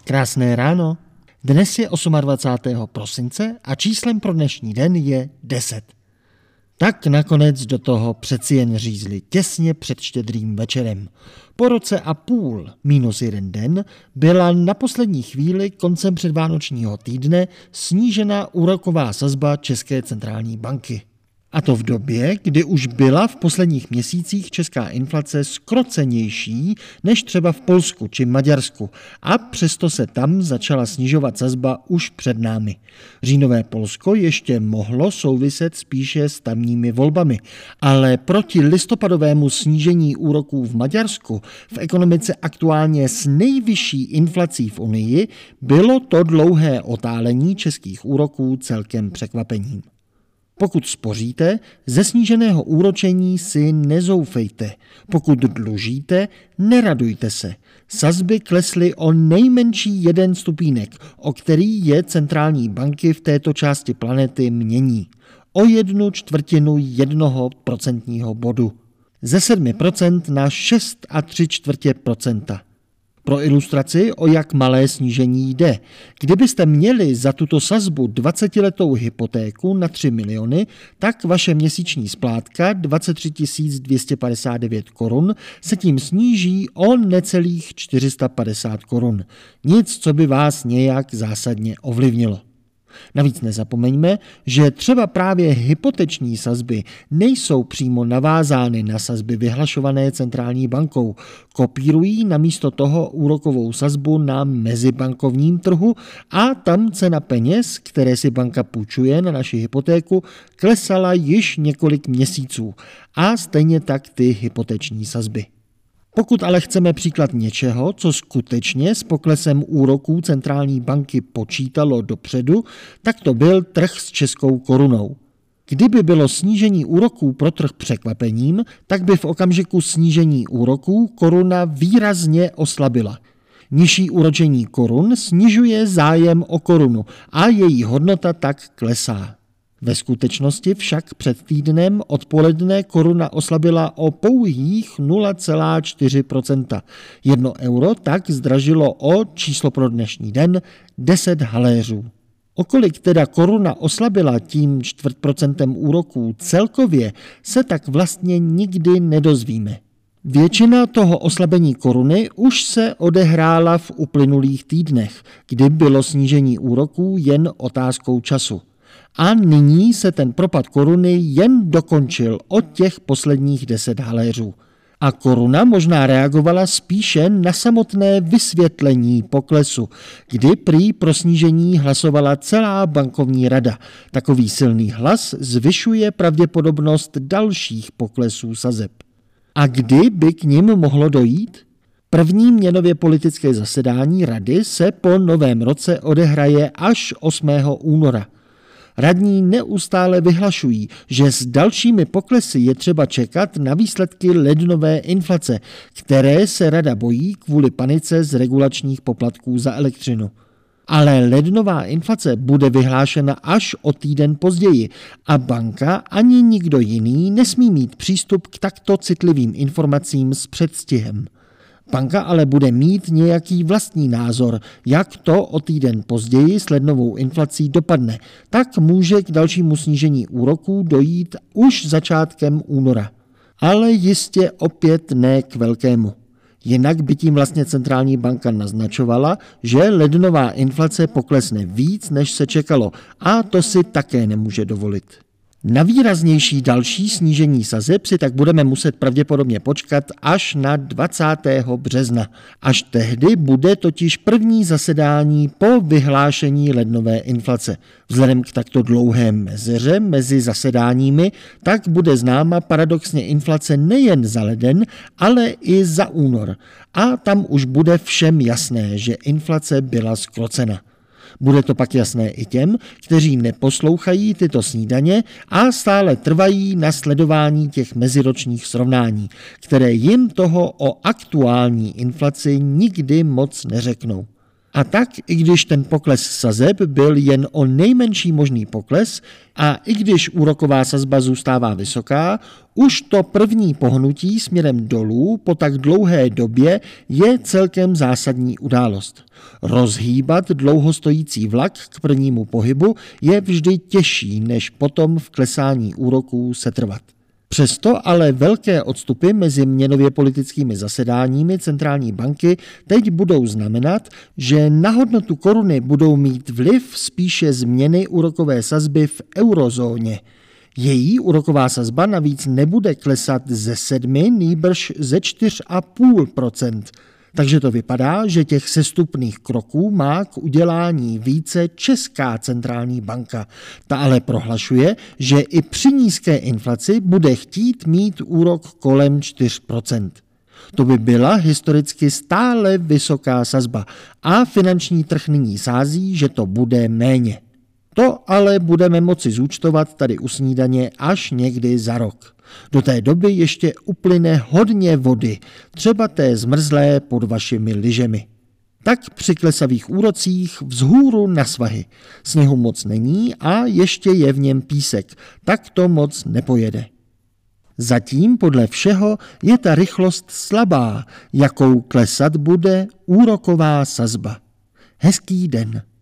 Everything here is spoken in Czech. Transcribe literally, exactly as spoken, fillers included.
Krásné ráno. Dnes je dvacátého osmého prosince a číslem pro dnešní den je deset. Tak nakonec do toho přeci jen řízli těsně před štědrým večerem. Po roce a půl minus jeden den byla na poslední chvíli koncem předvánočního týdne snížena úroková sazba České centrální banky. A to v době, kdy už byla v posledních měsících česká inflace skrocenější než třeba v Polsku či Maďarsku a přesto se tam začala snižovat sazba už před námi. Říjnové Polsko ještě mohlo souviset spíše s tamními volbami, ale proti listopadovému snížení úroků v Maďarsku v ekonomice aktuálně s nejvyšší inflací v Unii bylo to dlouhé otálení českých úroků celkem překvapením. Pokud spoříte, ze sníženého úročení si nezoufejte. Pokud dlužíte, neradujte se. Sazby klesly o nejmenší jeden stupínek, o který je centrální banky v této části planety mění. O jednu čtvrtinu jednoho procentního bodu. Ze sedmi procent na šest a tři čtvrtě procenta. Pro ilustraci, o jak malé snížení jde. Kdybyste měli za tuto sazbu dvacetiletou hypotéku na tři miliony, tak vaše měsíční splátka dvacet tři tisíc dvě stě padesát devět korun se tím sníží o necelých čtyři sta padesát korun. Nic, co by vás nějak zásadně ovlivnilo. Navíc nezapomeňme, že třeba právě hypoteční sazby nejsou přímo navázány na sazby vyhlašované centrální bankou. Kopírují namísto toho úrokovou sazbu na mezibankovním trhu a tam cena peněz, které si banka půjčuje na naši hypotéku, klesala již několik měsíců a stejně tak ty hypoteční sazby. Pokud ale chceme příklad něčeho, co skutečně s poklesem úroků centrální banky počítalo dopředu, tak to byl trh s českou korunou. Kdyby bylo snížení úroků pro trh překvapením, tak by v okamžiku snížení úroků koruna výrazně oslabila. Nižší úročení korun snižuje zájem o korunu a její hodnota tak klesá. Ve skutečnosti však před týdnem odpoledne koruna oslabila o pouhých nula celá čtyři procenta. Jedno euro tak zdražilo o číslo pro dnešní den deset haléřů. O kolik teda koruna oslabila tím čtvrt procentem úroků celkově, se tak vlastně nikdy nedozvíme. Většina toho oslabení koruny už se odehrála v uplynulých týdnech, kdy bylo snížení úroků jen otázkou času. A nyní se ten propad koruny jen dokončil o těch posledních deset haléřů. A koruna možná reagovala spíše na samotné vysvětlení poklesu, kdy prý pro snížení hlasovala celá bankovní rada. Takový silný hlas zvyšuje pravděpodobnost dalších poklesů sazeb. A kdy by k nim mohlo dojít? První měnově politické zasedání rady se po novém roce odehraje až osmého února. Radní neustále vyhlašují, že s dalšími poklesy je třeba čekat na výsledky lednové inflace, které se rada bojí kvůli panice z regulačních poplatků za elektřinu. Ale lednová inflace bude vyhlášena až o týden později a banka ani nikdo jiný nesmí mít přístup k takto citlivým informacím s předstihem. Banka ale bude mít nějaký vlastní názor, jak to o týden později s lednovou inflací dopadne. Tak může k dalšímu snížení úroků dojít už začátkem února. Ale jistě opět ne k velkému. Jinak by tím vlastně centrální banka naznačovala, že lednová inflace poklesne víc, než se čekalo, a to si také nemůže dovolit. Na výraznější další snížení sazeb si tak budeme muset pravděpodobně počkat až na dvacátého března. Až tehdy bude totiž první zasedání po vyhlášení lednové inflace. Vzhledem k takto dlouhé mezeře mezi zasedáními, tak bude známa paradoxně inflace nejen za leden, ale i za únor. A tam už bude všem jasné, že inflace byla zkrocena. Bude to pak jasné i těm, kteří neposlouchají tyto snídaně a stále trvají na sledování těch meziročních srovnání, které jim toho o aktuální inflaci nikdy moc neřeknou. A tak, i když ten pokles sazeb byl jen o nejmenší možný pokles a i když úroková sazba zůstává vysoká, už to první pohnutí směrem dolů po tak dlouhé době je celkem zásadní událost. Rozhýbat dlouhostojící vlak k prvnímu pohybu je vždy těžší, než potom v klesání úroků setrvat. Přesto ale velké odstupy mezi měnově politickými zasedáními centrální banky teď budou znamenat, že na hodnotu koruny budou mít vliv spíše změny úrokové sazby v eurozóně. Její úroková sazba navíc nebude klesat ze sedmi, nýbrž ze čtyř a půl procenta. Takže to vypadá, že těch sestupných kroků má k udělání více Česká centrální banka. Ta ale prohlašuje, že i při nízké inflaci bude chtít mít úrok kolem čtyř procent. To by byla historicky stále vysoká sazba a finanční trh nyní sází, že to bude méně. To ale budeme moci zúčtovat tady u snídaně až někdy za rok. Do té doby ještě uplyne hodně vody, třeba té zmrzlé pod vašimi lyžemi. Tak při klesavých úrocích vzhůru na svahy. Sněhu moc není a ještě je v něm písek, tak to moc nepojede. Zatím podle všeho je ta rychlost slabá, jakou klesat bude úroková sazba. Hezký den.